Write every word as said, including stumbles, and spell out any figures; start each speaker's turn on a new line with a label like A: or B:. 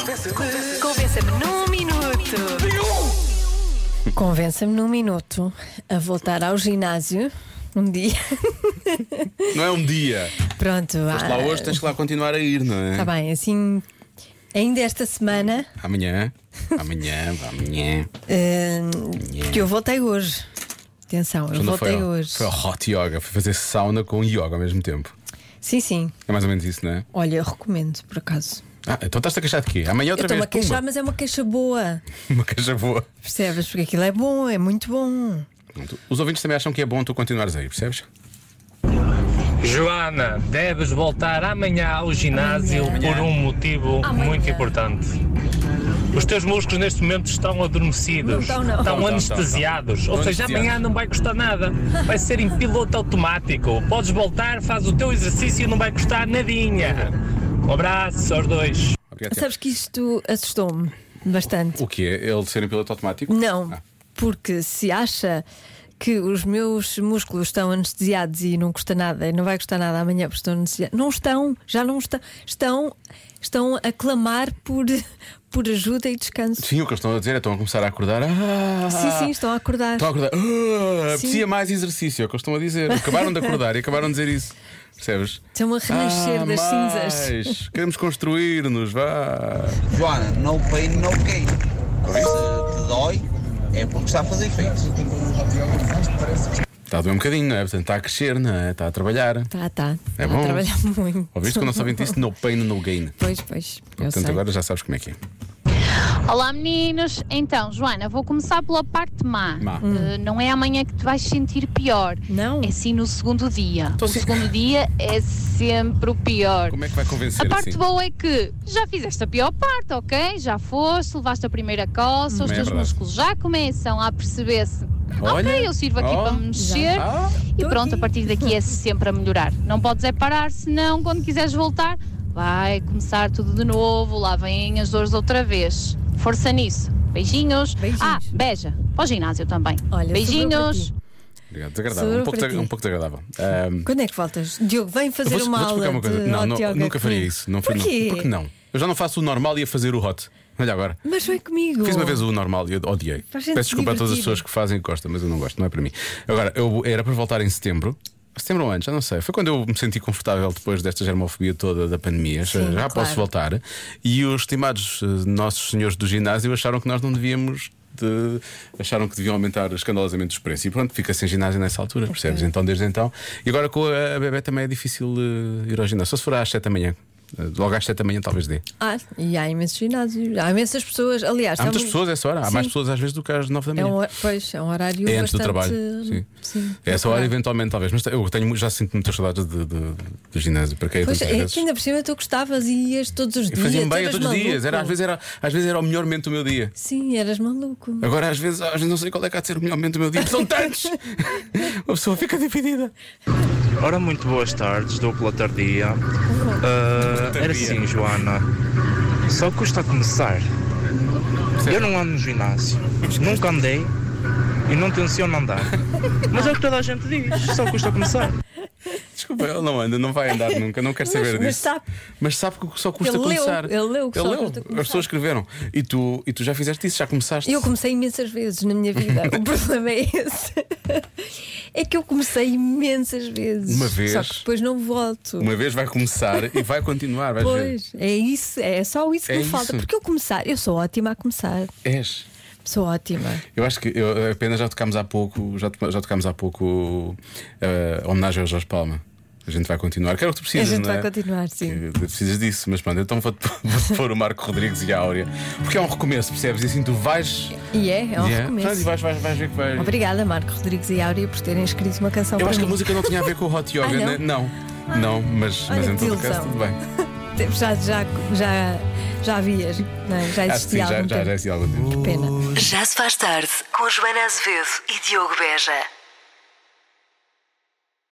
A: Convença-me num minuto. Convença-me num minuto a voltar ao ginásio um dia.
B: Não é um dia.
A: Pronto.
B: Mas lá hoje tens que lá continuar a ir, não é?
A: Está bem, assim, ainda esta semana.
B: Amanhã, amanhã, amanhã.
A: Uh, porque eu voltei hoje. Atenção, eu
B: Não
A: voltei
B: foi, ao-
A: hoje.
B: Foi ao hot yoga, foi fazer sauna com yoga ao mesmo tempo.
A: Sim, sim.
B: É mais ou menos isso, não é?
A: Olha, eu recomendo, por acaso.
B: Ah, então estás-te a queixar de quê? Amanhã
A: Eu
B: outra
A: estou-me
B: vez.
A: a queixar,
B: pumba.
A: mas é uma queixa boa.
B: Uma queixa boa.
A: Percebes? Porque aquilo é bom, é muito bom.
B: Pronto. Os ouvintes também acham que é bom tu continuares aí, percebes?
C: Joana, deves voltar amanhã ao ginásio
A: Amanhã.
C: por um motivo
A: Amanhã.
C: muito importante. Os teus músculos neste momento estão adormecidos,
A: Não estão, não.
C: estão
B: Não,
C: anestesiados,
B: estão,
C: ou
B: estão
C: seja,
B: anestesiados.
C: amanhã não vai custar nada, vai ser em piloto automático. Podes voltar, faz o teu exercício e não vai custar nadinha. Um abraço aos dois.
B: Obrigado, Tiago.
A: Sabes que isto assustou-me bastante.
B: O que é? Ele ser em piloto automático?
A: Não,
B: Ah.
A: porque se acha que os meus músculos estão anestesiados e não custa nada, e não vai custar nada amanhã porque estão anestesiados, não estão, já não estão, estão, estão a clamar por, por ajuda e descanso.
B: Sim, o que eles estão a dizer é estão a começar a acordar. Ah,
A: Sim, sim, estão a acordar.
B: Estão a acordar. Ah, apetecia
A: Sim.
B: mais exercício, é o que eles estão a dizer. Acabaram de acordar e acabaram de dizer isso. Percebes?
A: Estão a renascer
B: Ah,
A: das
B: mais.
A: cinzas.
B: Queremos construir-nos, vá.
D: Joana, no pain, no gain. Se te dói, é porque está a fazer efeito.
B: Está a doer um bocadinho, não é? Portanto, está a crescer, não é? Está a trabalhar.
A: Tá, tá.
B: É
A: Está
B: bom.
A: a trabalhar muito.
B: Ouviste que o nosso ouvinte disse no pain, no gain.
A: Pois, pois. Eu
B: Portanto,
A: sei.
B: agora já sabes como é que é.
E: Olá meninos, então Joana, vou começar pela parte má,
B: Má.
E: Uh, não é amanhã que te vais sentir pior,
A: Não.
E: é sim no segundo dia.
B: Então,
E: O
B: sim.
E: segundo dia é sempre o pior.
B: Como é que vai convencer
E: A parte
B: assim?
E: boa é que já fizeste a pior parte, ok? Já foste, levaste a primeira coça, os
B: É
E: teus
B: verdade.
E: músculos já começam a perceber-se.
B: Olha,
E: Ok, eu sirvo aqui
B: ó,
E: para me mexer
B: Ah,
E: e
A: Tô
E: pronto,
A: aqui.
E: a partir daqui é sempre a melhorar. Não podes é parar, senão quando quiseres voltar, vai começar tudo de novo, lá vêm as dores outra vez. Força nisso. Beijinhos.
A: Beijinhos.
E: Ah, beija. Para o ginásio também.
A: Olha,
E: Beijinhos.
B: obrigado, desagradável.
A: Sou
B: Um pouco,
A: para
B: des-
A: ti.
B: um pouco desagradável. Ahm,
A: Quando é que voltas? Diogo, vem
B: eu
A: fazer
B: vou,
A: uma
B: vou-te
A: aula
B: explicar uma coisa.
A: de
B: Não,
A: hot
B: não,
A: yoga
B: nunca faria
A: comigo.
B: isso. Não, faria-
A: Porquê?
B: não. Porque não? Eu já não faço o normal e a fazer o hot. Olha agora.
A: Mas vai comigo.
B: Fiz uma vez o normal e eu odiei.
A: Faz gente
B: Peço desculpa a todas as
A: divertir.
B: pessoas que fazem e gostam, mas eu não gosto, não é para mim. Agora, eu era para voltar em setembro. Setembro ou antes, já não sei. Foi quando eu me senti confortável depois desta germofobia toda da pandemia. Já-
A: Sim,
B: já
A: claro.
B: posso voltar. E os estimados eh, nossos senhores do ginásio acharam que nós não devíamos. De... Acharam que deviam aumentar escandalosamente os preços. E pronto, fica sem ginásio nessa altura, percebes? Então, desde então. E agora com a, a bebé também é difícil eh, ir ao ginásio. Só se for às sete da manhã. Eh, Logo às sete da manhã, talvez dê.
A: Ah, e há imensos ginásios. Há imensas pessoas. Aliás,
B: Há muitas
A: estamos-
B: pessoas a essa hora. Há
A: Sim.
B: mais pessoas às vezes do que às nove da
A: É
B: manhã.
A: um, hor- pois, é um horário
B: É antes do
A: bastante.
B: trabalho. Sim.
A: Sim,
B: É essa hora,
A: horário.
B: eventualmente, talvez. Mas eu tenho, já sinto muitas saudades de, de, do ginásio. Para quem é
A: Pois
B: tantas
A: é,
B: vezes.
A: que ainda por cima tu gostavas e ias todos os
B: E
A: dias.
B: fazia-me
A: tu
B: bem a
A: eras
B: todos os dias.
A: maluco.
B: Era, às, vezes era, às vezes era o melhor momento do meu dia.
A: Sim, eras maluco.
B: Agora, às vezes, às vezes não sei qual é que há de ser o melhor momento do meu dia. São tantos! Uma pessoa fica dividida.
F: Ora, muito boas tardes, dupla tardia. Ah, era assim, Joana. Só custa a começar. Eu não ando no ginásio, nunca andei e não tenciono andar. Mas é o que toda a gente diz, só custa a começar.
B: Desculpa, ele não anda, não vai andar nunca, não quer saber
A: Mas- mas
B: disso.
A: sabe-
B: mas sabe que só custa
A: Ele leu,
B: começar.
A: ele leu que
B: Ele
A: só
B: leu.
A: custa começar.
B: As pessoas escreveram. E tu, e tu já fizeste isso, já começaste.
A: Eu comecei imensas vezes na minha vida. O problema é esse. É que eu comecei imensas vezes.
B: Uma vez.
A: Só que depois não volto.
B: Uma vez vai começar e vai continuar, vais ver.
A: Pois, é isso, é só isso que
B: É
A: me falta.
B: isso.
A: Porque eu começar, eu sou ótima a começar.
B: És.
A: Sou ótima.
B: Eu acho que eu, apenas já tocámos há pouco, já, to- já tocámos há pouco eh, a homenagem ao Jorge Palma. A gente vai continuar. Que é o que tu precisas,
A: A gente
B: não é?
A: vai continuar, sim.
B: Que precisas disso, mas pronto, então vou-te vou-te pôr o Marco Rodrigues e a Áurea. Porque é um recomeço, percebes? E assim tu vais.
A: E é, é um
B: Yeah.
A: recomeço.
B: Pronto, e vais, vais, vais ver que vai.
A: Obrigada, Marco Rodrigues e Áurea, por terem escrito uma canção
B: Eu
A: para
B: acho que a
A: mim.
B: música não tinha a ver com o hot yoga,
A: Ah, não?
B: né? Não, não, mas,
A: olha
B: mas em
A: que
B: todo o caso
A: desilusão.
B: tudo bem.
A: Já, já, já, já havias, não é? Já
B: Acho que sim,
A: existia há
B: já,
A: algum
B: já,
A: tempo.
B: já existia há algum tempo.
A: Que pena.
G: Já se faz tarde com Joana Azevedo e Diogo Beja.